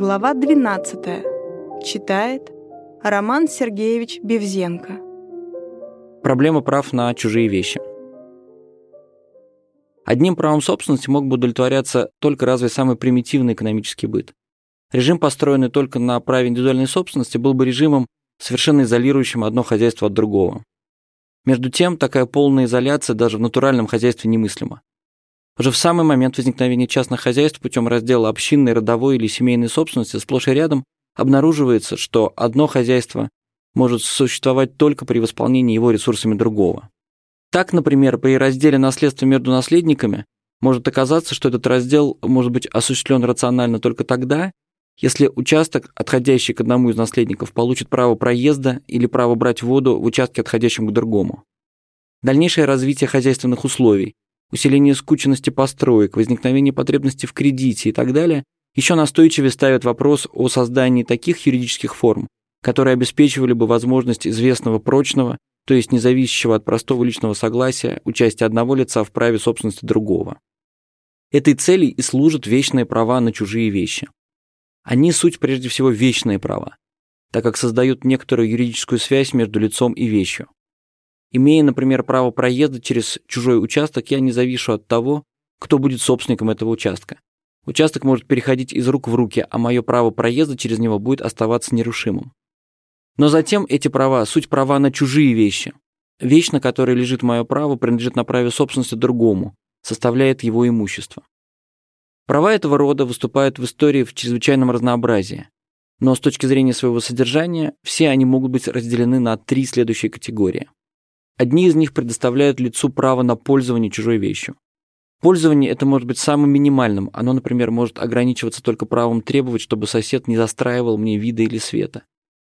Глава 12. Читает Роман Сергеевич Бевзенко. Проблема прав на чужие вещи. Одним правом собственности мог бы удовлетворяться только разве самый примитивный экономический быт. Режим, построенный только на праве индивидуальной собственности, был бы режимом, совершенно изолирующим одно хозяйство от другого. Между тем, такая полная изоляция даже в натуральном хозяйстве немыслима. Уже в самый момент возникновения частных хозяйств путем раздела общинной, родовой или семейной собственности сплошь и рядом обнаруживается, что одно хозяйство может существовать только при восполнении его ресурсами другого. Так, например, при разделе наследства между наследниками может оказаться, что этот раздел может быть осуществлен рационально только тогда, если участок, отходящий к одному из наследников, получит право проезда или право брать воду в участке, отходящем к другому. Дальнейшее развитие хозяйственных условий, усиление скученности построек, возникновение потребности в кредите и так далее еще настойчивее ставят вопрос о создании таких юридических форм, которые обеспечивали бы возможность известного прочного, то есть независящего от простого личного согласия, участия одного лица в праве собственности другого. Этой цели и служат вечные права на чужие вещи. Они суть прежде всего вечные права, так как создают некоторую юридическую связь между лицом и вещью. Имея, например, право проезда через чужой участок, я не завишу от того, кто будет собственником этого участка. Участок может переходить из рук в руки, а мое право проезда через него будет оставаться нерушимым. Но затем эти права – суть права на чужие вещи. Вещь, на которой лежит мое право, принадлежит на праве собственности другому, составляет его имущество. Права этого рода выступают в истории в чрезвычайном разнообразии, но с точки зрения своего содержания все они могут быть разделены на три следующие категории. Одни из них предоставляют лицу право на пользование чужой вещью. Пользование это может быть самым минимальным, оно, например, может ограничиваться только правом требовать, чтобы сосед не застраивал мне вида или света.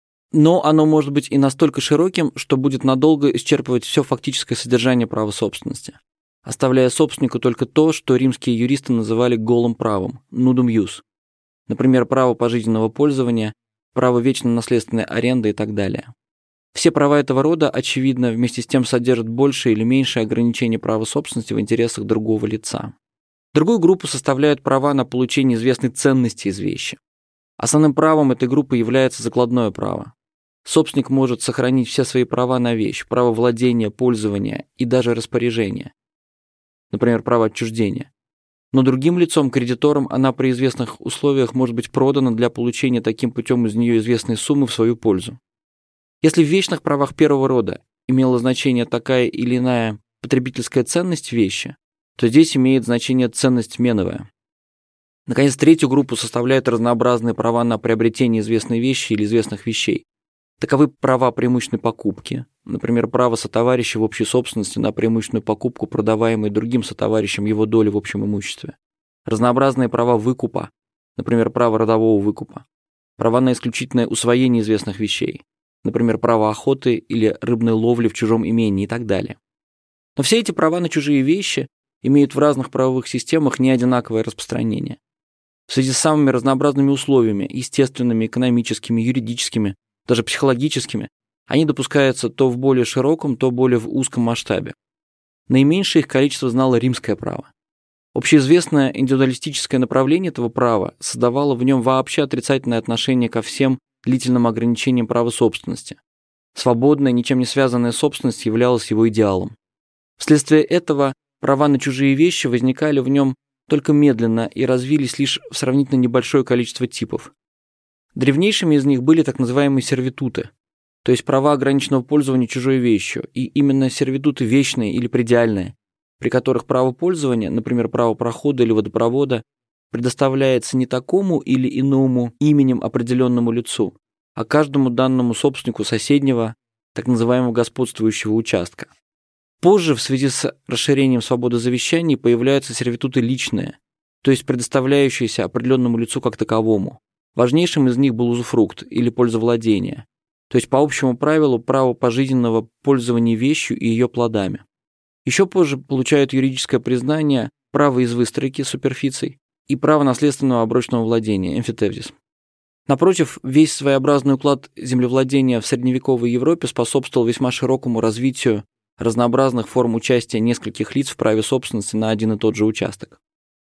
Но оно может быть и настолько широким, что будет надолго исчерпывать все фактическое содержание права собственности, оставляя собственнику только то, что римские юристы называли голым правом, nudum ius, например, право пожизненного пользования, право вечно-наследственной аренды и так далее. Все права этого рода, очевидно, вместе с тем содержат большее или меньшее ограничение права собственности в интересах другого лица. Другую группу составляют права на получение известной ценности из вещи. Основным правом этой группы является закладное право. Собственник может сохранить все свои права на вещь, право владения, пользования и даже распоряжения, например, право отчуждения. Но другим лицом, кредитором, она при известных условиях может быть продана для получения таким путем из нее известной суммы в свою пользу. Если в вечных правах первого рода имела значение такая или иная потребительская ценность вещи, то здесь имеет значение ценность меновая. Наконец, третью группу составляют разнообразные права на приобретение известной вещи или известных вещей. Таковы права преимущественной покупки, например, право сотоварища в общей собственности на преимущественную покупку, продаваемой другим сотоварищем его доли в общем имуществе. Разнообразные права выкупа, например, право родового выкупа. Права на исключительное усвоение известных вещей, например, право охоты или рыбной ловли в чужом имении и так далее. Но все эти права на чужие вещи имеют в разных правовых системах неодинаковое распространение. В связи с самыми разнообразными условиями, естественными, экономическими, юридическими, даже психологическими, они допускаются то в более широком, то более в узком масштабе. Наименьшее их количество знало римское право. Общеизвестное индивидуалистическое направление этого права создавало в нем вообще отрицательное отношение ко всем длительным ограничением права собственности. Свободная, ничем не связанная собственность являлась его идеалом. Вследствие этого права на чужие вещи возникали в нем только медленно и развились лишь в сравнительно небольшое количество типов. Древнейшими из них были так называемые сервитуты, то есть права ограниченного пользования чужой вещью, и именно сервитуты вечные или предельные, при которых право пользования, например, право прохода или водопровода, предоставляется не такому или иному именем определенному лицу, а каждому данному собственнику соседнего, так называемого господствующего участка. Позже, в связи с расширением свободы завещаний, появляются сервитуты личные, то есть предоставляющиеся определенному лицу как таковому. Важнейшим из них был узуфрукт или пользовладение, то есть по общему правилу право пожизненного пользования вещью и ее плодами. Еще позже получают юридическое признание право из выстройки суперфиций и право наследственного оброчного владения эмфитевзис. Напротив, весь своеобразный уклад землевладения в средневековой Европе способствовал весьма широкому развитию разнообразных форм участия нескольких лиц в праве собственности на один и тот же участок.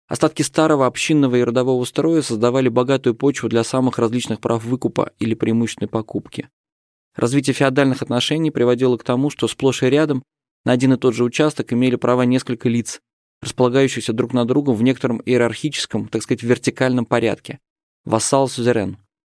Остатки старого общинного и родового строя создавали богатую почву для самых различных прав выкупа или преимущественной покупки. Развитие феодальных отношений приводило к тому, что сплошь и рядом на один и тот же участок имели права несколько лиц, располагающихся друг над другом в некотором иерархическом, так сказать, вертикальном порядке. Вассал-сюзерен.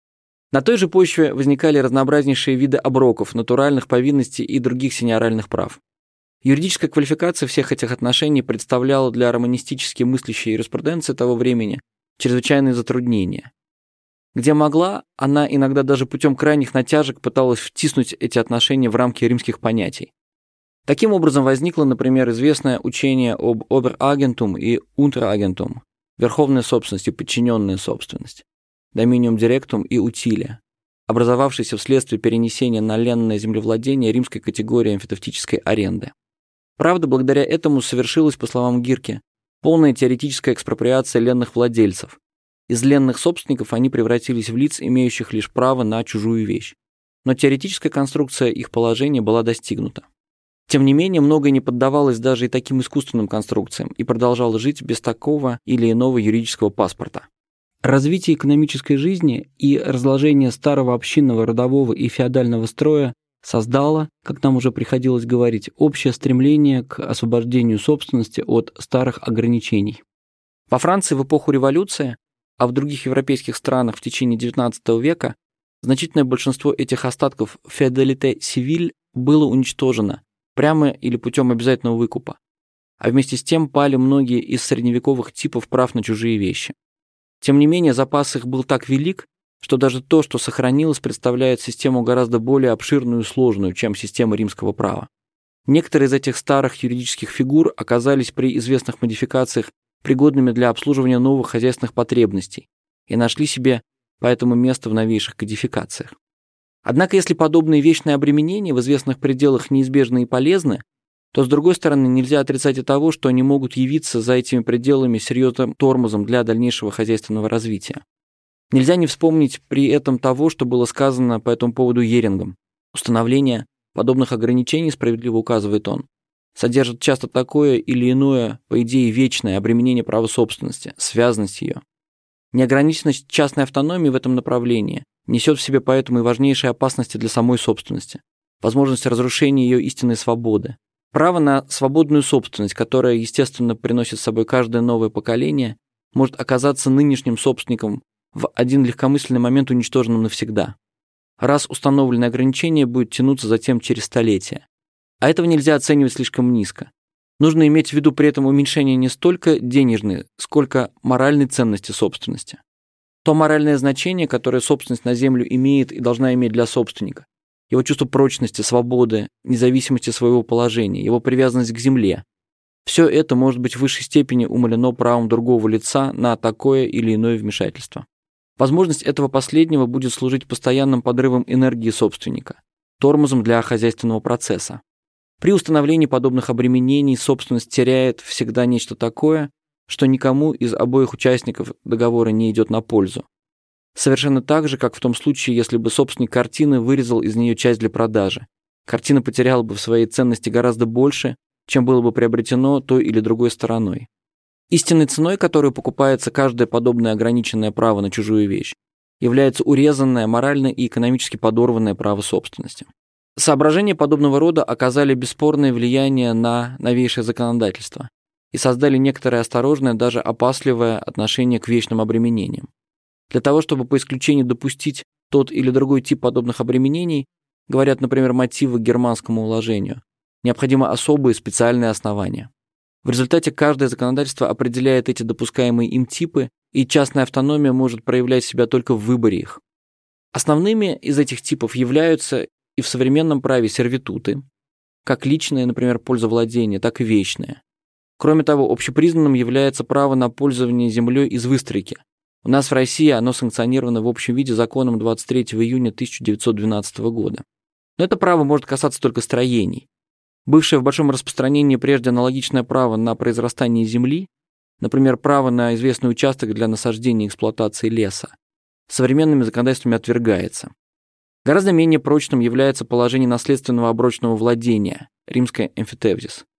На той же почве возникали разнообразнейшие виды оброков, натуральных повинностей и других сеньоральных прав. Юридическая квалификация всех этих отношений представляла для романистически мыслящей юриспруденции того времени чрезвычайные затруднения. Где могла, она иногда даже путем крайних натяжек пыталась втиснуть эти отношения в рамки римских понятий. Таким образом возникло, например, известное учение об оберагентум и унтерагентум, верховная собственность и подчиненная собственность, доминиум директум и утилия, образовавшийся вследствие перенесения на ленное землевладение римской категории эмфитевтической аренды. Правда, благодаря этому совершилась, по словам Гирке, полная теоретическая экспроприация ленных владельцев. Из ленных собственников они превратились в лиц, имеющих лишь право на чужую вещь. Но теоретическая конструкция их положения была достигнута. Тем не менее, многое не поддавалось даже и таким искусственным конструкциям и продолжало жить без такого или иного юридического паспорта. Развитие экономической жизни и разложение старого общинного, родового и феодального строя создало, как нам уже приходилось говорить, общее стремление к освобождению собственности от старых ограничений. Во Франции в эпоху революции, а в других европейских странах в течение XIX века значительное большинство этих остатков феодалите сивиль было уничтожено прямо или путем обязательного выкупа, а вместе с тем пали многие из средневековых типов прав на чужие вещи. Тем не менее, запас их был так велик, что даже то, что сохранилось, представляет систему гораздо более обширную и сложную, чем система римского права. Некоторые из этих старых юридических фигур оказались при известных модификациях пригодными для обслуживания новых хозяйственных потребностей и нашли себе поэтому место в новейших кодификациях. Однако, если подобные вечные обременения в известных пределах неизбежны и полезны, то, с другой стороны, нельзя отрицать и того, что они могут явиться за этими пределами серьезным тормозом для дальнейшего хозяйственного развития. Нельзя не вспомнить при этом того, что было сказано по этому поводу Йерингом. Установление подобных ограничений, справедливо указывает он, содержит часто такое или иное, по идее, вечное обременение права собственности, связанность ее. Неограниченность частной автономии в этом направлении несет в себе поэтому и важнейшие опасности для самой собственности, возможность разрушения ее истинной свободы. Право на свободную собственность, которое, естественно, приносит с собой каждое новое поколение, может оказаться нынешним собственником в один легкомысленный момент уничтоженным навсегда. Раз установленное ограничение будет тянуться затем через столетия. А этого нельзя оценивать слишком низко. Нужно иметь в виду при этом уменьшение не столько денежной, сколько моральной ценности собственности. То моральное значение, которое собственность на землю имеет и должна иметь для собственника, его чувство прочности, свободы, независимости своего положения, его привязанность к земле. Все это может быть в высшей степени умалено правом другого лица на такое или иное вмешательство. Возможность этого последнего будет служить постоянным подрывом энергии собственника, тормозом для хозяйственного процесса. При установлении подобных обременений собственность теряет всегда нечто такое, что никому из обоих участников договора не идет на пользу. Совершенно так же, как в том случае, если бы собственник картины вырезал из нее часть для продажи. Картина потеряла бы в своей ценности гораздо больше, чем было бы приобретено той или другой стороной. Истинной ценой, которую покупается каждое подобное ограниченное право на чужую вещь, является урезанное, морально и экономически подорванное право собственности. Соображения подобного рода оказали бесспорное влияние на новейшее законодательство и создали некоторое осторожное, даже опасливое отношение к вечным обременениям. Для того, чтобы по исключению допустить тот или другой тип подобных обременений, говорят, например, мотивы к германскому уложению, необходимо особые специальные основания. В результате каждое законодательство определяет эти допускаемые им типы, и частная автономия может проявлять себя только в выборе их. Основными из этих типов являются и в современном праве сервитуты, как личное, например, пользовладение, так и вечное. Кроме того, общепризнанным является право на пользование землей из выстройки. У нас в России оно санкционировано в общем виде законом 23 июня 1912 года. Но это право может касаться только строений. Бывшее в большом распространении прежде аналогичное право на произрастание земли, например, право на известный участок для насаждения и эксплуатации леса, современными законодательствами отвергается. Гораздо менее прочным является положение наследственного оброчного владения, римское эмфитевзис.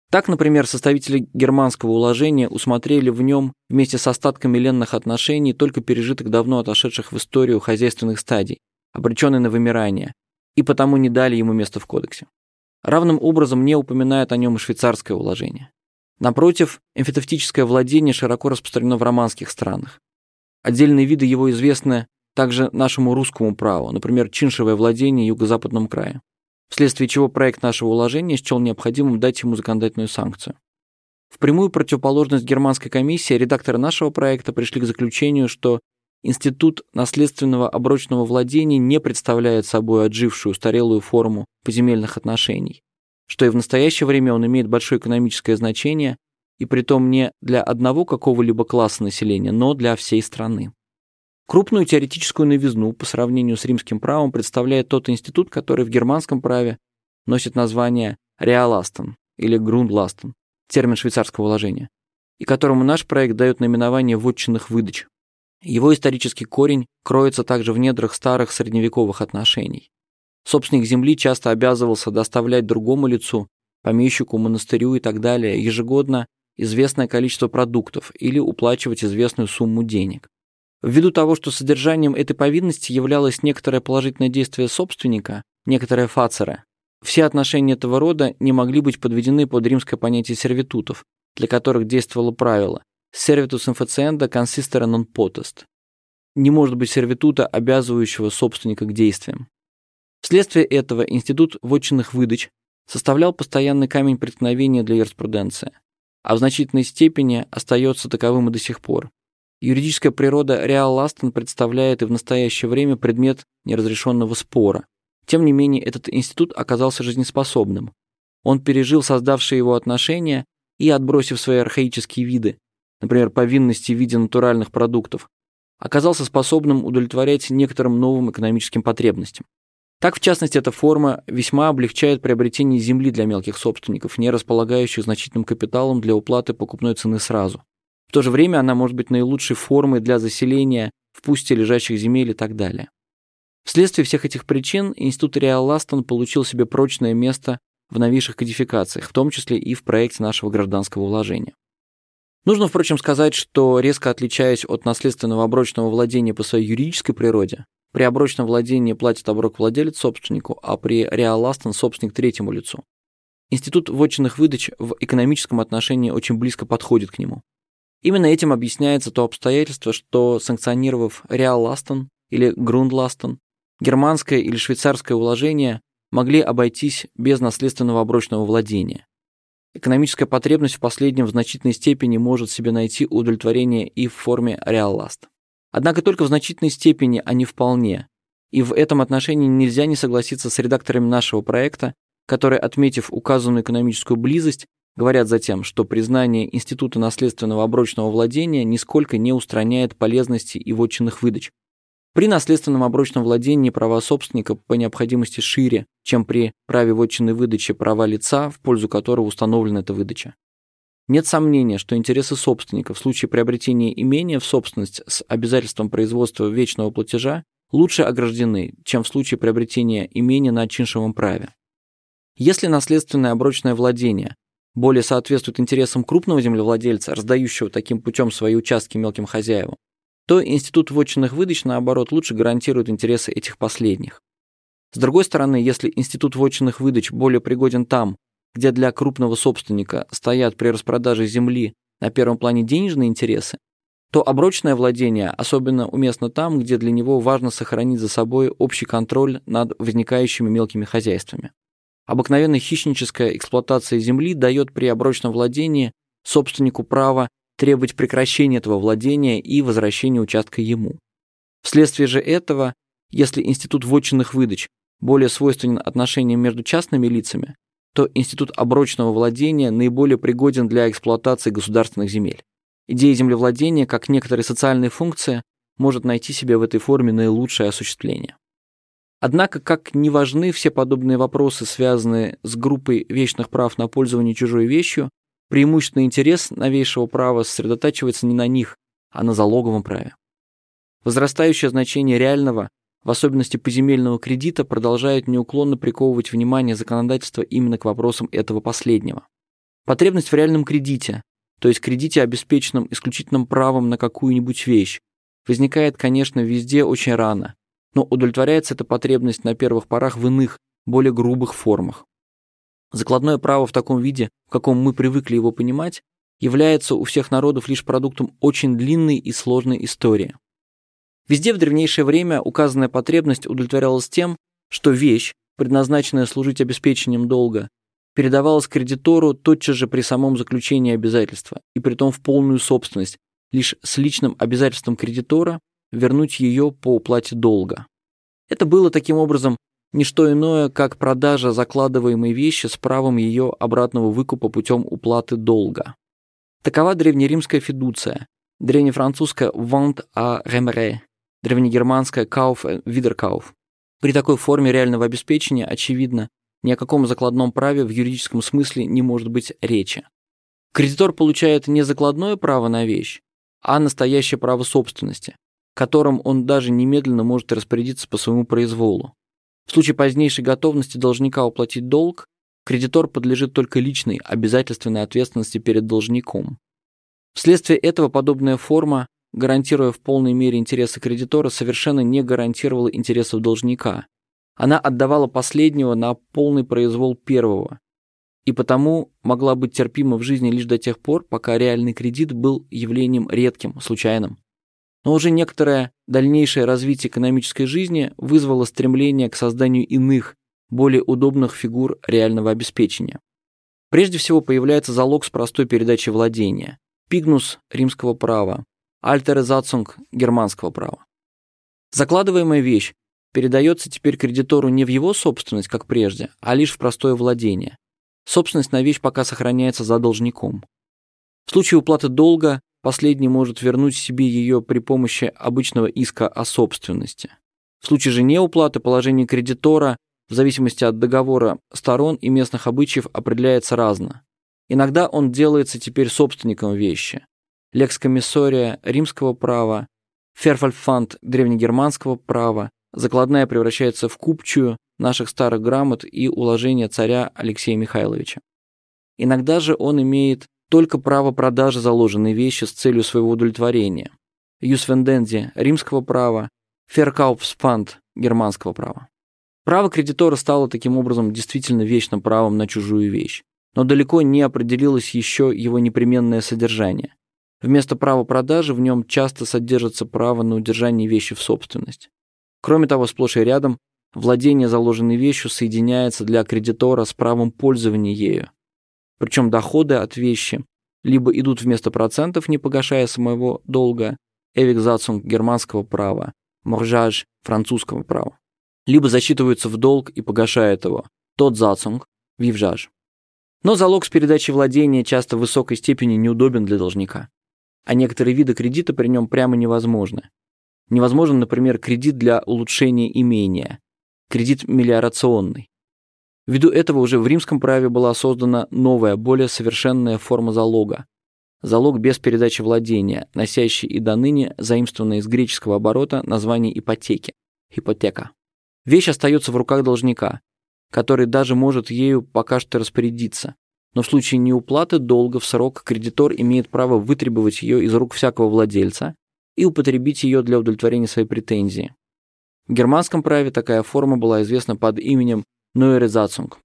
Так, например, составители германского уложения усмотрели в нем вместе с остатками ленных отношений только пережиток давно отошедших в историю хозяйственных стадий, обреченный на вымирание, и потому не дали ему места в кодексе. Равным образом не упоминает о нем и швейцарское уложение. Напротив, эмфитевтическое владение широко распространено в романских странах. Отдельные виды его известны также нашему русскому праву, например, чиншевое владение в юго-западном крае, вследствие чего проект нашего уложения счел необходимым дать ему законодательную санкцию. В прямую противоположность германской комиссии редакторы нашего проекта пришли к заключению, что институт наследственного оброчного владения не представляет собой отжившую устарелую форму поземельных отношений, что и в настоящее время он имеет большое экономическое значение, и притом не для одного какого-либо класса населения, но для всей страны. Крупную теоретическую новизну по сравнению с римским правом представляет тот институт, который в германском праве носит название «Реалластен» или «Грундластен», термин швейцарского уложения, и которому наш проект дает наименование вотчинных выдач. Его исторический корень кроется также в недрах старых средневековых отношений. Собственник земли часто обязывался доставлять другому лицу, помещику, монастырю и так далее, ежегодно известное количество продуктов или уплачивать известную сумму денег. Ввиду того, что содержанием этой повинности являлось некоторое положительное действие собственника, некоторое фацере, все отношения этого рода не могли быть подведены под римское понятие сервитутов, для которых действовало правило «servitus infacienda consistere non potest». Не может быть сервитута, обязывающего собственника к действиям. Вследствие этого институт вотчинных выдач составлял постоянный камень преткновения для юриспруденции, а в значительной степени остается таковым и до сих пор. Юридическая природа реалластен представляет и в настоящее время предмет неразрешенного спора. Тем не менее, этот институт оказался жизнеспособным. Он пережил создавшие его отношения и, отбросив свои архаические виды, например, повинности в виде натуральных продуктов, оказался способным удовлетворять некоторым новым экономическим потребностям. Так, в частности, эта форма весьма облегчает приобретение земли для мелких собственников, не располагающих значительным капиталом для уплаты покупной цены сразу. В то же время она может быть наилучшей формой для заселения в пусте лежащих земель и так далее. Вследствие всех этих причин институт реалластен получил себе прочное место в новейших кодификациях, в том числе и в проекте нашего гражданского уложения. Нужно, впрочем, сказать, что, резко отличаясь от наследственного оброчного владения по своей юридической природе, при оброчном владении платит оброк владелец собственнику, а при реалластен собственник третьему лицу. Институт вотчинных выдач в экономическом отношении очень близко подходит к нему. Именно этим объясняется то обстоятельство, что, санкционировав реалластен или грундластен, германское или швейцарское уложение могли обойтись без наследственного оброчного владения. Экономическая потребность в последнем в значительной степени может себе найти удовлетворение и в форме реалласт. Однако только в значительной степени, а не вполне. И в этом отношении нельзя не согласиться с редакторами нашего проекта, которые, отметив указанную экономическую близость, говорят затем, что признание института наследственного оброчного владения нисколько не устраняет полезности и вотчинных выдач. При наследственном оброчном владении права собственника по необходимости шире, чем при праве вотчинной выдачи права лица, в пользу которого установлена эта выдача. Нет сомнения, что интересы собственника в случае приобретения имения в собственность с обязательством производства вечного платежа лучше ограждены, чем в случае приобретения имения на чиншевом праве. Если наследственное оброчное владение более соответствует интересам крупного землевладельца, раздающего таким путем свои участки мелким хозяевам, то институт вотчинных выдач, наоборот, лучше гарантирует интересы этих последних. С другой стороны, если институт вотчинных выдач более пригоден там, где для крупного собственника стоят при распродаже земли на первом плане денежные интересы, то оброчное владение особенно уместно там, где для него важно сохранить за собой общий контроль над возникающими мелкими хозяйствами. Обыкновенная хищническая эксплуатация земли дает при оброчном владении собственнику право требовать прекращения этого владения и возвращения участка ему. Вследствие же этого, если институт вотчинных выдач более свойственен отношениям между частными лицами, то институт оброчного владения наиболее пригоден для эксплуатации государственных земель. Идея землевладения, как некоторая социальная функция, может найти себе в этой форме наилучшее осуществление. Однако, как ни важны все подобные вопросы, связанные с группой вечных прав на пользование чужой вещью, преимущественный интерес новейшего права сосредотачивается не на них, а на залоговом праве. Возрастающее значение реального, в особенности поземельного кредита, продолжает неуклонно приковывать внимание законодательства именно к вопросам этого последнего. Потребность в реальном кредите, то есть кредите, обеспеченном исключительным правом на какую-нибудь вещь, возникает, конечно, везде очень рано, но удовлетворяется эта потребность на первых порах в иных, более грубых формах. Закладное право в таком виде, в каком мы привыкли его понимать, является у всех народов лишь продуктом очень длинной и сложной истории. Везде в древнейшее время указанная потребность удовлетворялась тем, что вещь, предназначенная служить обеспечением долга, передавалась кредитору тотчас же при самом заключении обязательства, и притом в полную собственность, лишь с личным обязательством кредитора вернуть ее по уплате долга. Это было таким образом не что иное, как продажа закладываемой вещи с правом ее обратного выкупа путем уплаты долга. Такова древнеримская фидуция, древнефранцузская «vente à remerer», древнегерманская «kauf wiederkauf». При такой форме реального обеспечения, очевидно, ни о каком закладном праве в юридическом смысле не может быть речи. Кредитор получает не закладное право на вещь, а настоящее право собственности, которым он даже немедленно может распорядиться по своему произволу. В случае позднейшей готовности должника уплатить долг, кредитор подлежит только личной обязательственной ответственности перед должником. Вследствие этого подобная форма, гарантируя в полной мере интересы кредитора, совершенно не гарантировала интересов должника. Она отдавала последнего на полный произвол первого, и потому могла быть терпима в жизни лишь до тех пор, пока реальный кредит был явлением редким, случайным. Но уже некоторое дальнейшее развитие экономической жизни вызвало стремление к созданию иных, более удобных фигур реального обеспечения. Прежде всего появляется залог с простой передачей владения, пигнус римского права, альтеризацунг германского права. Закладываемая вещь передается теперь кредитору не в его собственность, как прежде, а лишь в простое владение. Собственность на вещь пока сохраняется за должником. В случае уплаты долга последний может вернуть себе ее при помощи обычного иска о собственности. В случае же неуплаты положение кредитора в зависимости от договора сторон и местных обычаев определяется разно. Иногда он делается теперь собственником вещи. Lex commissoria римского права, Verfallpfand древнегерманского права, закладная превращается в купчую наших старых грамот и уложения царя Алексея Михайловича. Иногда же он имеет только право продажи заложенной вещи с целью своего удовлетворения. Jus vendendi римского права, Verkaufspfand германского права. Право кредитора стало таким образом действительно вечным правом на чужую вещь, но далеко не определилось еще его непременное содержание. Вместо права продажи в нем часто содержится право на удержание вещи в собственность. Кроме того, сплошь и рядом владение заложенной вещью соединяется для кредитора с правом пользования ею. Причем доходы от вещи либо идут вместо процентов, не погашая самого долга, эвикзацунг германского права, моржаж французского права, либо засчитываются в долг и погашают его, тот зацунг, вивжаж. Но залог с передачей владения часто в высокой степени неудобен для должника, а некоторые виды кредита при нем прямо невозможны. Невозможен, например, кредит для улучшения имения, кредит мелиорационный. Ввиду этого уже в римском праве была создана новая, более совершенная форма залога. Залог без передачи владения, носящий и доныне заимствованное из греческого оборота название ипотеки, ипотека. Вещь остается в руках должника, который даже может ею пока что распорядиться, но в случае неуплаты долга в срок кредитор имеет право вытребовать ее из рук всякого владельца и употребить ее для удовлетворения своей претензии. В германском праве такая форма была известна под именем Neuersetzung.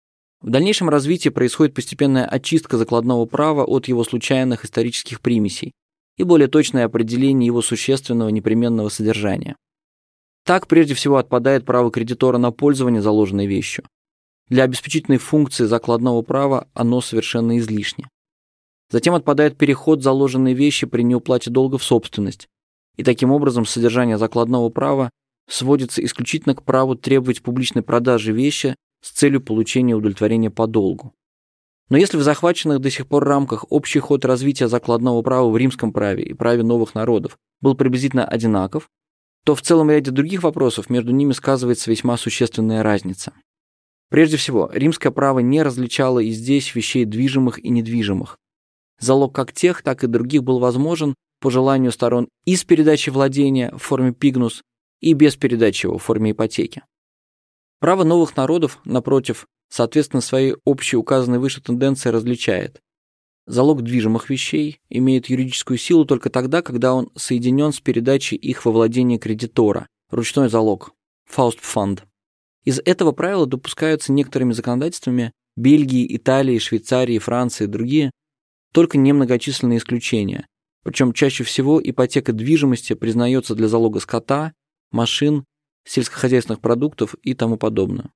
В дальнейшем развитии происходит постепенная очистка закладного права от его случайных исторических примесей и более точное определение его существенного непременного содержания. Так, прежде всего, отпадает право кредитора на пользование заложенной вещью. Для обеспечительной функции закладного права оно совершенно излишне. Затем отпадает переход заложенной вещи при неуплате долга в собственность, и таким образом содержание закладного права сводится исключительно к праву требовать публичной продажи вещи с целью получения удовлетворения по долгу. Но если в захваченных до сих пор рамках общий ход развития закладного права в римском праве и праве новых народов был приблизительно одинаков, то в целом ряде других вопросов между ними сказывается весьма существенная разница. Прежде всего, римское право не различало и здесь вещей движимых и недвижимых. Залог как тех, так и других был возможен по желанию сторон и с передачей владения в форме пигнус, и без передачи его в форме ипотеки. Право новых народов, напротив, соответственно, своей общей указанной выше тенденции различает. Залог движимых вещей имеет юридическую силу только тогда, когда он соединен с передачей их во владение кредитора, ручной залог, Faustpfand. Из этого правила допускаются некоторыми законодательствами Бельгии, Италии, Швейцарии, Франции и другие только немногочисленные исключения. Причем чаще всего ипотека движимости признается для залога скота, машин, сельскохозяйственных продуктов и тому подобное.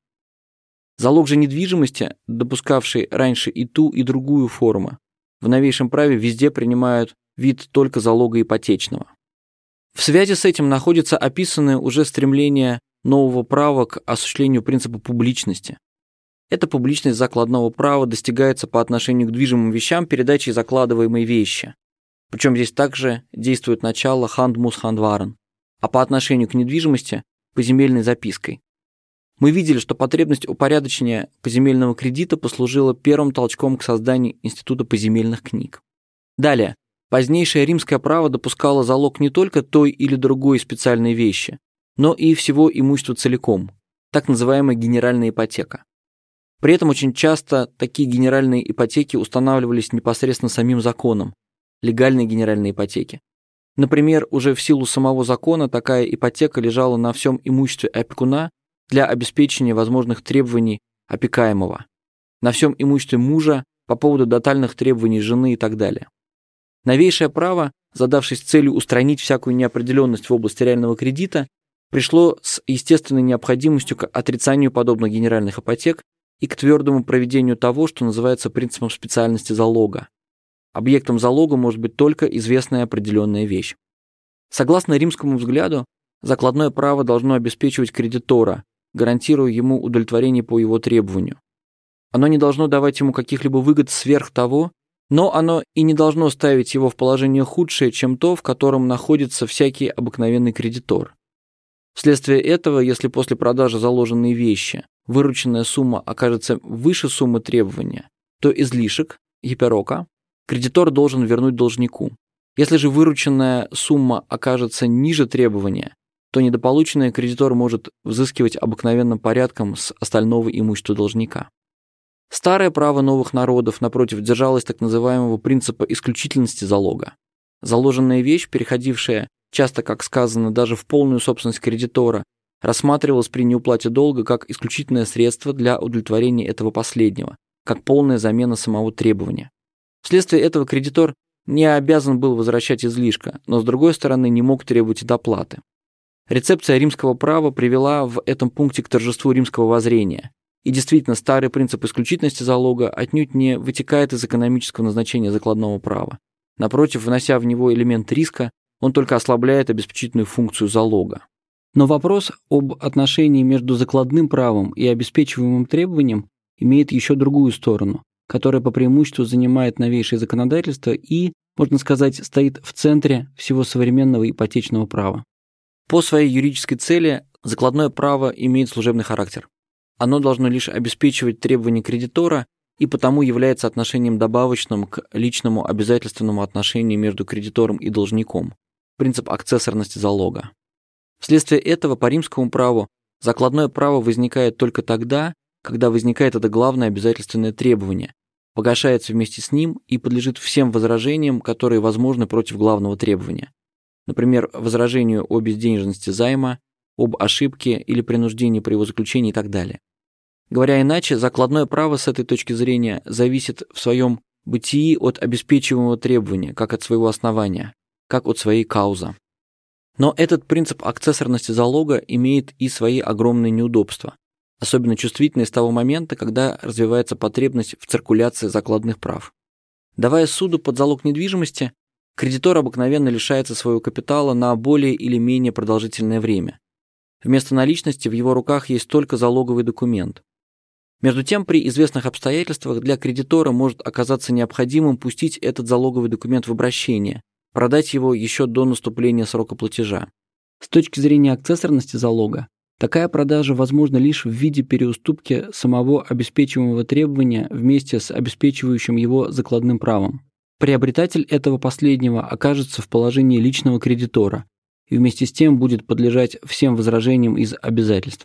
Залог же недвижимости, допускавший раньше и ту, и другую форму, в новейшем праве везде принимают вид только залога ипотечного. В связи с этим находится описанное уже стремление нового права к осуществлению принципа публичности. Эта публичность закладного права достигается по отношению к движимым вещам передачей закладываемой вещи. Причем здесь также действует начало «Hand muss Hand wahren», а по отношению к недвижимости – поземельной запиской. Мы видели, что потребность упорядочения поземельного кредита послужила первым толчком к созданию Института поземельных книг. Далее, позднейшее римское право допускало залог не только той или другой специальной вещи, но и всего имущества целиком, так называемая генеральная ипотека. При этом очень часто такие генеральные ипотеки устанавливались непосредственно самим законом, легальные генеральные ипотеки. Например, уже в силу самого закона такая ипотека лежала на всем имуществе опекуна для обеспечения возможных требований опекаемого, на всем имуществе мужа по поводу тотальных требований жены и так далее. Новейшее право, задавшись целью устранить всякую неопределенность в области реального кредита, пришло с естественной необходимостью к отрицанию подобных генеральных ипотек и к твердому проведению того, что называется принципом специальности залога. Объектом залога может быть только известная определенная вещь. Согласно римскому взгляду, закладное право должно обеспечивать кредитора, гарантируя ему удовлетворение по его требованию. Оно не должно давать ему каких-либо выгод сверх того, но оно и не должно ставить его в положение худшее, чем то, в котором находится всякий обыкновенный кредитор. Вследствие этого, если после продажи заложенной вещи вырученная сумма окажется выше суммы требования, то излишек, гиперока, кредитор должен вернуть должнику. Если же вырученная сумма окажется ниже требования, то недополученный кредитор может взыскивать обыкновенным порядком с остального имущества должника. Старое право новых народов, напротив, держалось так называемого принципа исключительности залога. Заложенная вещь, переходившая часто, как сказано, даже в полную собственность кредитора, рассматривалась при неуплате долга как исключительное средство для удовлетворения этого последнего, как полная замена самого требования. Вследствие этого кредитор не обязан был возвращать излишка, но, с другой стороны, не мог требовать и доплаты. Рецепция римского права привела в этом пункте к торжеству римского воззрения. И действительно, старый принцип исключительности залога отнюдь не вытекает из экономического назначения закладного права. Напротив, внося в него элемент риска, он только ослабляет обеспечительную функцию залога. Но вопрос об отношении между закладным правом и обеспечиваемым требованием имеет еще другую сторону, которая по преимуществу занимает новейшее законодательство и, можно сказать, стоит в центре всего современного ипотечного права. По своей юридической цели закладное право имеет служебный характер. Оно должно лишь обеспечивать требования кредитора и потому является отношением добавочным к личному обязательственному отношению между кредитором и должником, принцип акцессорности залога. Вследствие этого по римскому праву закладное право возникает только тогда, когда возникает это главное обязательственное требование, погашается вместе с ним и подлежит всем возражениям, которые возможны против главного требования. Например, возражению о безденежности займа, об ошибке или принуждении при его заключении и так далее. Говоря иначе, закладное право с этой точки зрения зависит в своем бытии от обеспечиваемого требования, как от своего основания, как от своей каузы. Но этот принцип акцессорности залога имеет и свои огромные неудобства, особенно чувствительные с того момента, когда развивается потребность в циркуляции закладных прав. Давая суду под залог недвижимости, кредитор обыкновенно лишается своего капитала на более или менее продолжительное время. Вместо наличности в его руках есть только залоговый документ. Между тем, при известных обстоятельствах для кредитора может оказаться необходимым пустить этот залоговый документ в обращение, продать его еще до наступления срока платежа. С точки зрения акцессорности залога, такая продажа возможна лишь в виде переуступки самого обеспечиваемого требования вместе с обеспечивающим его закладным правом. Приобретатель этого последнего окажется в положении личного кредитора и вместе с тем будет подлежать всем возражениям из обязательства.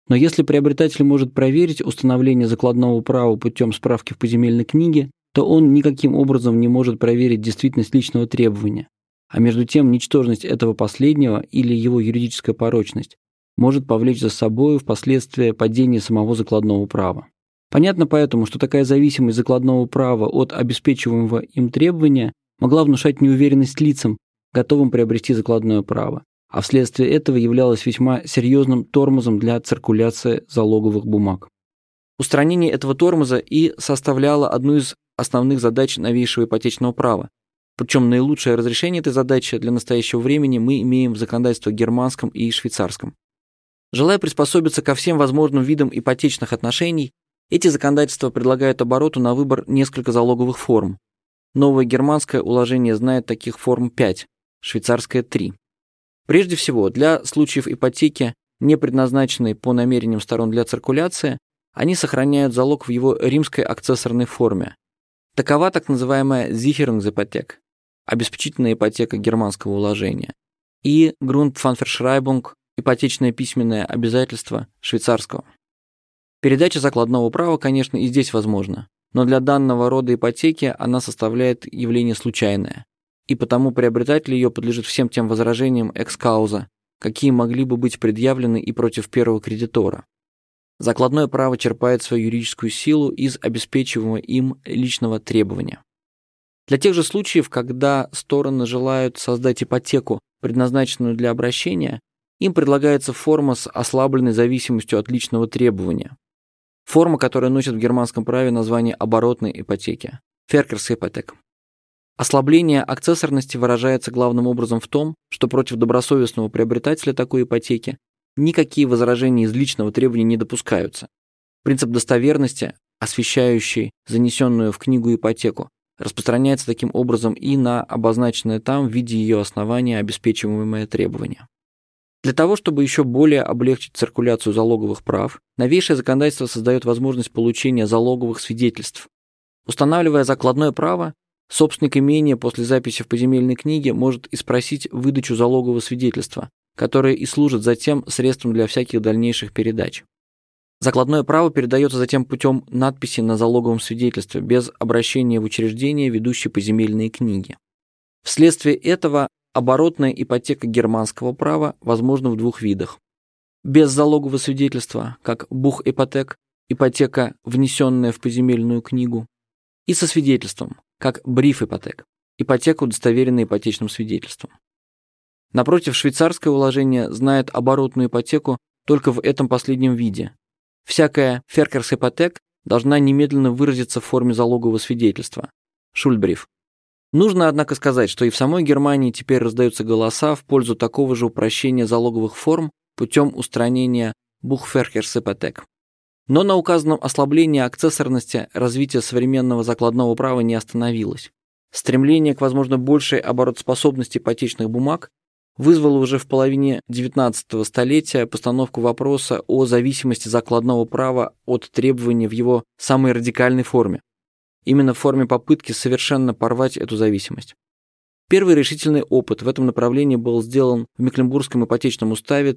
Но если приобретатель может проверить установление закладного права путем справки в поземельной книге, то он никаким образом не может проверить действительность личного требования. А между тем ничтожность этого последнего или его юридическая порочность может повлечь за собой впоследствии падение самого закладного права. Понятно поэтому, что такая зависимость закладного права от обеспечиваемого им требования могла внушать неуверенность лицам, готовым приобрести закладное право, а вследствие этого являлась весьма серьезным тормозом для циркуляции залоговых бумаг. Устранение этого тормоза и составляло одну из основных задач новейшего ипотечного права. Причем наилучшее разрешение этой задачи для настоящего времени мы имеем в законодательстве германском и швейцарском. Желая приспособиться ко всем возможным видам ипотечных отношений, эти законодательства предлагают обороту на выбор несколько залоговых форм. Новое германское уложение знает таких форм 5, швейцарское 3. Прежде всего, для случаев ипотеки, не предназначенной по намерениям сторон для циркуляции, они сохраняют залог в его римской акцессорной форме. Такова так называемая Sicherungshypothek, обеспечительная ипотека германского уложения, и Grundpfandverschreibung, ипотечное письменное обязательство швейцарского. Передача закладного права, конечно, и здесь возможна, но для данного рода ипотеки она составляет явление случайное, и потому приобретатель ее подлежит всем тем возражениям экс-кауза, какие могли бы быть предъявлены и против первого кредитора. Закладное право черпает свою юридическую силу из обеспечиваемого им личного требования. Для тех же случаев, когда стороны желают создать ипотеку, предназначенную для обращения, им предлагается форма с ослабленной зависимостью от личного требования. Форма, которая носит в германском праве название оборотной ипотеки – Verkehrshypothek. Ослабление акцессорности выражается главным образом в том, что против добросовестного приобретателя такой ипотеки никакие возражения из личного требования не допускаются. Принцип достоверности, освещающий занесенную в книгу ипотеку, распространяется таким образом и на обозначенное там в виде ее основания обеспечиваемое требование. Для того, чтобы еще более облегчить циркуляцию залоговых прав, новейшее законодательство создает возможность получения залоговых свидетельств. Устанавливая закладное право, собственник имения после записи в поземельной книге может и спросить выдачу залогового свидетельства, которое и служит затем средством для всяких дальнейших передач. Закладное право передается затем путем надписи на залоговом свидетельстве, без обращения в учреждение, ведущее поземельные книги. Вследствие этого оборотная ипотека германского права возможна в двух видах. Без залогового свидетельства, как Buchhypothek, ипотека, внесенная в поземельную книгу, и со свидетельством, как Briefhypothek, ипотека, удостоверенная ипотечным свидетельством. Напротив, швейцарское уложение знает оборотную ипотеку только в этом последнем виде. Всякая Verkehrshypothek должна немедленно выразиться в форме залогового свидетельства – Schuldbrief. Нужно, однако, сказать, что и в самой Германии теперь раздаются голоса в пользу такого же упрощения залоговых форм путем устранения Buchverkehrshypothek. Но на указанном ослаблении акцессорности развитие современного закладного права не остановилось. Стремление к, возможно, большей оборотоспособности ипотечных бумаг вызвало уже в половине XIX столетия постановку вопроса о зависимости закладного права от требований в его самой радикальной форме. Именно в форме попытки совершенно порвать эту зависимость. Первый решительный опыт в этом направлении был сделан в Мекленбургском ипотечном уставе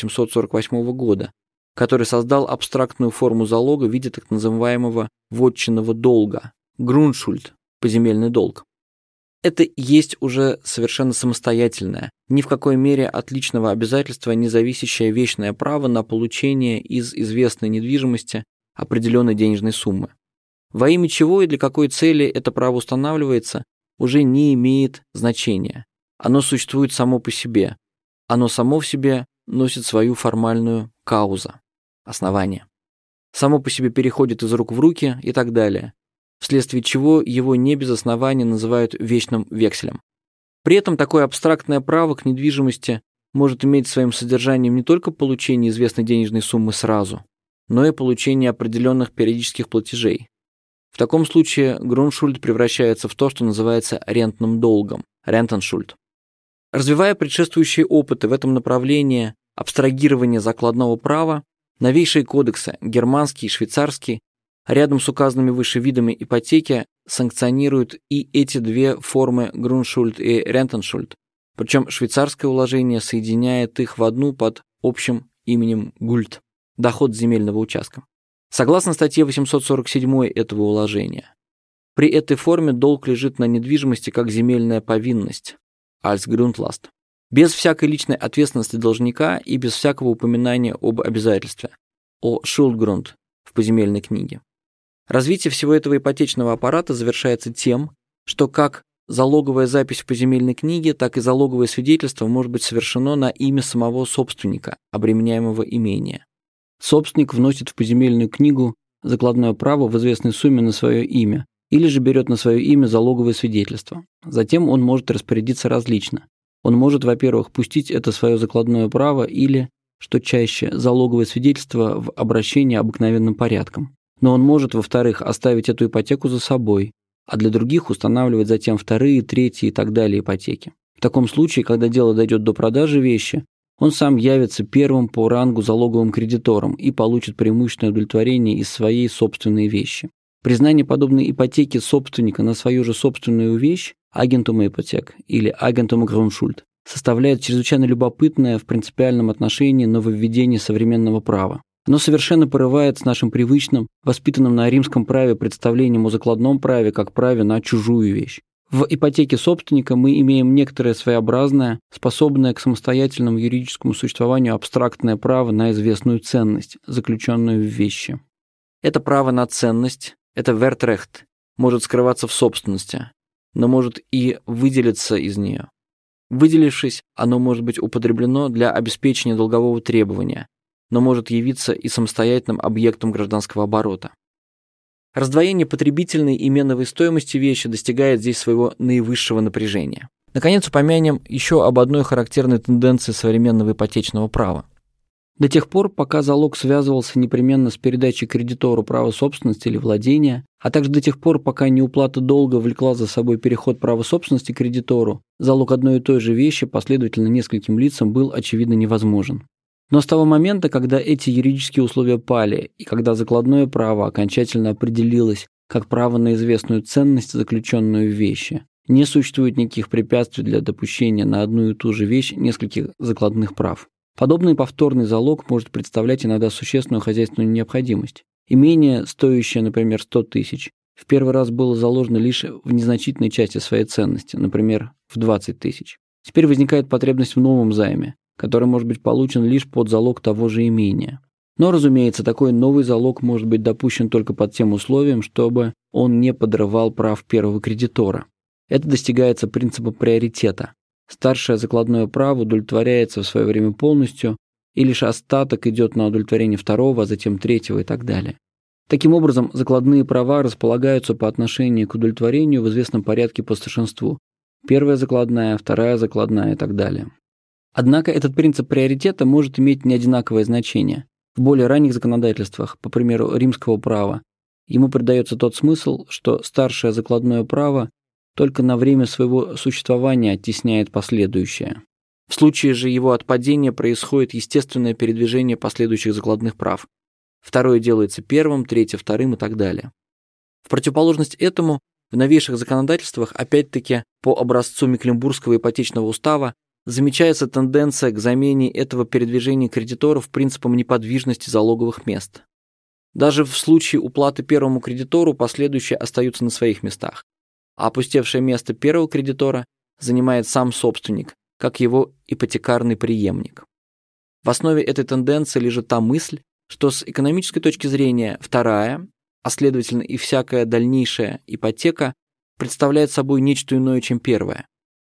1848 года, который создал абстрактную форму залога в виде так называемого вотчинного долга – Grundschuld, поземельный долг. Это есть уже совершенно самостоятельное, ни в какой мере от личного обязательства не зависящее вечное право на получение из известной недвижимости определенной денежной суммы. Во имя чего и для какой цели это право устанавливается, уже не имеет значения. Оно существует само по себе. Оно само в себе носит свою формальную каузу, основание. Само по себе переходит из рук в руки и так далее, вследствие чего его не без основания называют вечным векселем. При этом такое абстрактное право к недвижимости может иметь своим содержанием не только получение известной денежной суммы сразу, но и получение определенных периодических платежей. В таком случае Grundschuld превращается в то, что называется рентным долгом – Rentenschuld. Развивая предшествующие опыты в этом направлении абстрагирования закладного права, новейшие кодексы, германский и швейцарский, рядом с указанными выше видами ипотеки, санкционируют и эти две формы Grundschuld и Rentenschuld, причем швейцарское уложение соединяет их в одну под общим именем Guld. доход с земельного участка. Согласно статье 847 этого уложения, при этой форме долг лежит на недвижимости как земельная повинность, als Grundlast, без всякой личной ответственности должника и без всякого упоминания об обязательстве, о Schuldgrund в поземельной книге. Развитие всего этого ипотечного аппарата завершается тем, что как залоговая запись в поземельной книге, так и залоговое свидетельство может быть совершено на имя самого собственника, обременяемого имения. Собственник вносит в поземельную книгу закладное право в известной сумме на свое имя или же берет на свое имя залоговое свидетельство. Затем он может распорядиться различно. Он может, во-первых, пустить это свое закладное право или, что чаще, залоговое свидетельство в обращение обыкновенным порядком. Но он может, во-вторых, оставить эту ипотеку за собой, а для других устанавливать затем вторые, третьи и так далее ипотеки. В таком случае, когда дело дойдет до продажи вещи, он сам явится первым по рангу залоговым кредитором и получит преимущественное удовлетворение из своей собственной вещи. Признание подобной ипотеки собственника на свою же собственную вещь, агентум ипотек или агентум Grundschuld, составляет чрезвычайно любопытное в принципиальном отношении нововведение современного права. Оно совершенно порывает с нашим привычным, воспитанным на римском праве представлением о закладном праве как праве на чужую вещь. В ипотеке собственника мы имеем некоторое своеобразное, способное к самостоятельному юридическому существованию абстрактное право на известную ценность, заключенную в вещи. Это право на ценность, это Wertrecht, может скрываться в собственности, но может и выделиться из нее. Выделившись, оно может быть употреблено для обеспечения долгового требования, но может явиться и самостоятельным объектом гражданского оборота. Раздвоение потребительной и меновой стоимости вещи достигает здесь своего наивысшего напряжения. Наконец, упомянем еще об одной характерной тенденции современного ипотечного права. До тех пор, пока залог связывался непременно с передачей кредитору права собственности или владения, а также до тех пор, пока неуплата долга влекла за собой переход права собственности к кредитору, залог одной и той же вещи последовательно нескольким лицам был очевидно невозможен. Но с того момента, когда эти юридические условия пали, и когда закладное право окончательно определилось как право на известную ценность, заключенную в вещи, не существует никаких препятствий для допущения на одну и ту же вещь нескольких закладных прав. Подобный повторный залог может представлять иногда существенную хозяйственную необходимость. Имение, стоящее, например, 100 тысяч, в первый раз было заложено лишь в незначительной части своей ценности, например, в 20 тысяч. Теперь возникает потребность в новом займе, который может быть получен лишь под залог того же имения. Но, разумеется, такой новый залог может быть допущен только под тем условием, чтобы он не подрывал прав первого кредитора. Это достигается принципом приоритета. Старшее закладное право удовлетворяется в свое время полностью, и лишь остаток идет на удовлетворение второго, а затем третьего и так далее. Таким образом, закладные права располагаются по отношению к удовлетворению в известном порядке по старшинству. Первая закладная, вторая закладная и так далее. Однако этот принцип приоритета может иметь неодинаковое значение. В более ранних законодательствах, по примеру римского права, ему придается тот смысл, что старшее закладное право только на время своего существования оттесняет последующее. В случае же его отпадения происходит естественное передвижение последующих закладных прав. Второе делается первым, третье вторым и так далее. В противоположность этому, в новейших законодательствах, опять-таки по образцу Мекленбургского ипотечного устава, замечается тенденция к замене этого передвижения кредиторов принципом неподвижности залоговых мест. Даже в случае уплаты первому кредитору последующие остаются на своих местах, а опустевшее место первого кредитора занимает сам собственник, как его ипотекарный преемник. В основе этой тенденции лежит та мысль, что с экономической точки зрения вторая, а следовательно и всякая дальнейшая ипотека, представляет собой нечто иное, чем первая.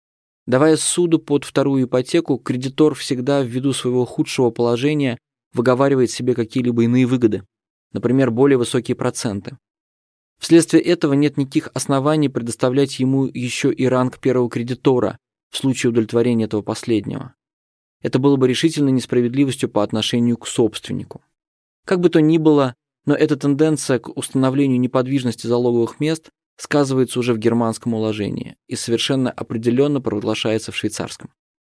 Давая суду под вторую ипотеку, кредитор всегда ввиду своего худшего положения выговаривает себе какие-либо иные выгоды, например, более высокие проценты. Вследствие этого нет никаких оснований предоставлять ему еще и ранг первого кредитора в случае удовлетворения этого последнего. Это было бы решительной несправедливостью по отношению к собственнику. Как бы то ни было, но эта тенденция к установлению неподвижности залоговых мест сказывается уже в германском уложении и совершенно определенно провозглашается в швейцарском.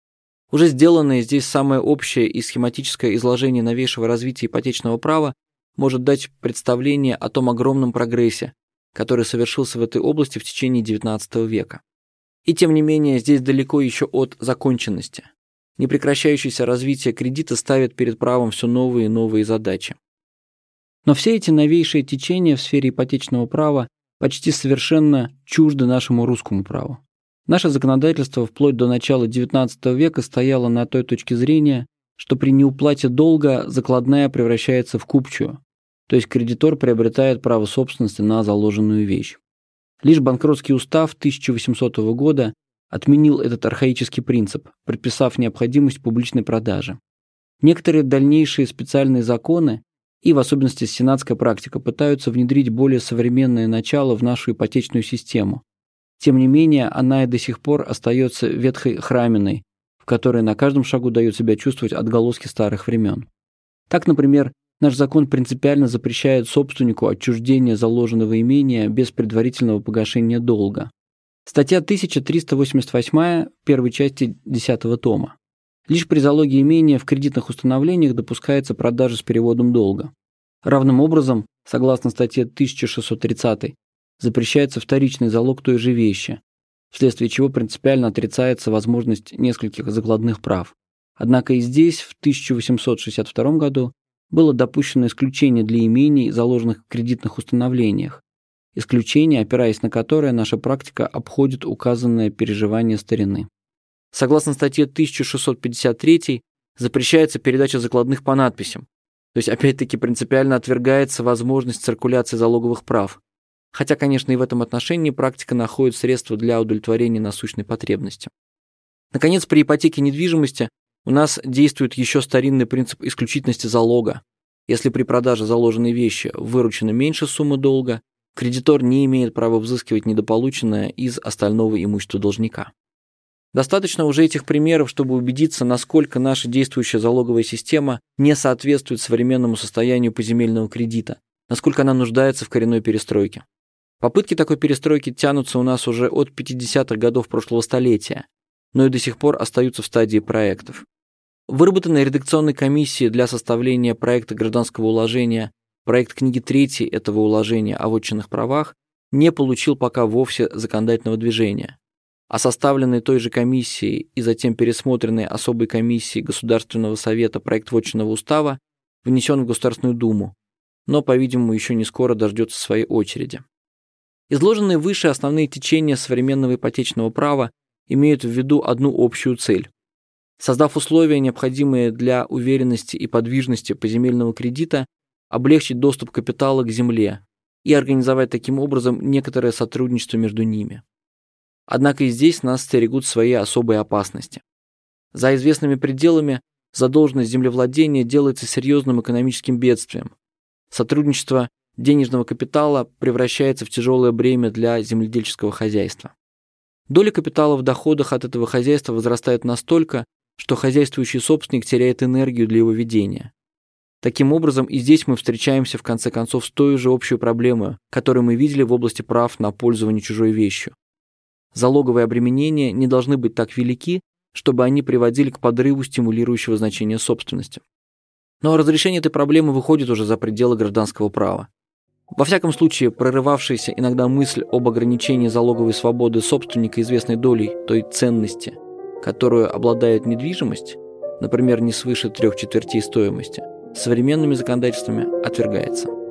Уже сделанное здесь самое общее и схематическое изложение новейшего развития ипотечного права может дать представление о том огромном прогрессе, который совершился в этой области в течение XIX века. И тем не менее, здесь далеко еще от законченности. Непрекращающееся развитие кредита ставит перед правом все новые и новые задачи. Но все эти новейшие течения в сфере ипотечного права почти совершенно чужды нашему русскому праву. Наше законодательство вплоть до начала XIX века стояло на той точке зрения, что при неуплате долга закладная превращается в купчую, то есть кредитор приобретает право собственности на заложенную вещь. Лишь банкротский устав 1800 года отменил этот архаический принцип, предписав необходимость публичной продажи. Некоторые дальнейшие специальные законы и в особенности сенатская практика пытаются внедрить более современное начало в нашу ипотечную систему. Тем не менее, она и до сих пор остается ветхой храминой, в которой на каждом шагу дают себя чувствовать отголоски старых времен. Так, например, наш закон принципиально запрещает собственнику отчуждение заложенного имения без предварительного погашения долга. Статья 1388 первой части 10 тома. Лишь при залоге имения в кредитных установлениях допускается продажа с переводом долга. Равным образом, согласно статье 1630, запрещается вторичный залог той же вещи, вследствие чего принципиально отрицается возможность нескольких закладных прав. Однако и здесь, в 1862 году, было допущено исключение для имений, заложенных в кредитных установлениях. Исключение, опираясь на которое наша практика обходит указанное переживание старины. Согласно статье 1653, запрещается передача закладных по надписям, то есть опять-таки принципиально отвергается возможность циркуляции залоговых прав. Хотя, конечно, и в этом отношении практика находит средства для удовлетворения насущной потребности. Наконец, при ипотеке недвижимости у нас действует еще старинный принцип исключительности залога. Если при продаже заложенной вещи выручено меньше суммы долга, кредитор не имеет права взыскивать недополученное из остального имущества должника. Достаточно уже этих примеров, чтобы убедиться, насколько наша действующая залоговая система не соответствует современному состоянию поземельного кредита, насколько она нуждается в коренной перестройке. Попытки такой перестройки тянутся у нас уже от 50-х годов прошлого столетия, но и до сих пор остаются в стадии проектов. Выработанный редакционной комиссией для составления проекта гражданского уложения проект книги 3 этого уложения о вотчинных правах не получил пока вовсе законодательного движения, а составленный той же комиссией и затем пересмотренный особой комиссией Государственного совета проект вотчинного устава внесен в Государственную Думу, но, по-видимому, еще не скоро дождется своей очереди. Изложенные выше основные течения современного ипотечного права имеют в виду одну общую цель. Создав условия, необходимые для уверенности и подвижности поземельного кредита, облегчить доступ капитала к земле и организовать таким образом некоторое сотрудничество между ними. Однако и здесь нас стерегут свои особые опасности. За известными пределами задолженность землевладения делается серьезным экономическим бедствием. Сотрудничество денежного капитала превращается в тяжелое бремя для земледельческого хозяйства. Доля капитала в доходах от этого хозяйства возрастает настолько, что хозяйствующий собственник теряет энергию для его ведения. Таким образом, и здесь мы встречаемся в конце концов с той же общей проблемой, которую мы видели в области прав на пользование чужой вещью. Залоговые обременения не должны быть так велики, чтобы они приводили к подрыву стимулирующего значения собственности. Но разрешение этой проблемы выходит уже за пределы гражданского права. Во всяком случае, прорывавшаяся иногда мысль об ограничении залоговой свободы собственника известной долей той ценности, которую обладает недвижимость, например, не свыше 3/4 стоимости, современными законодательствами отвергается.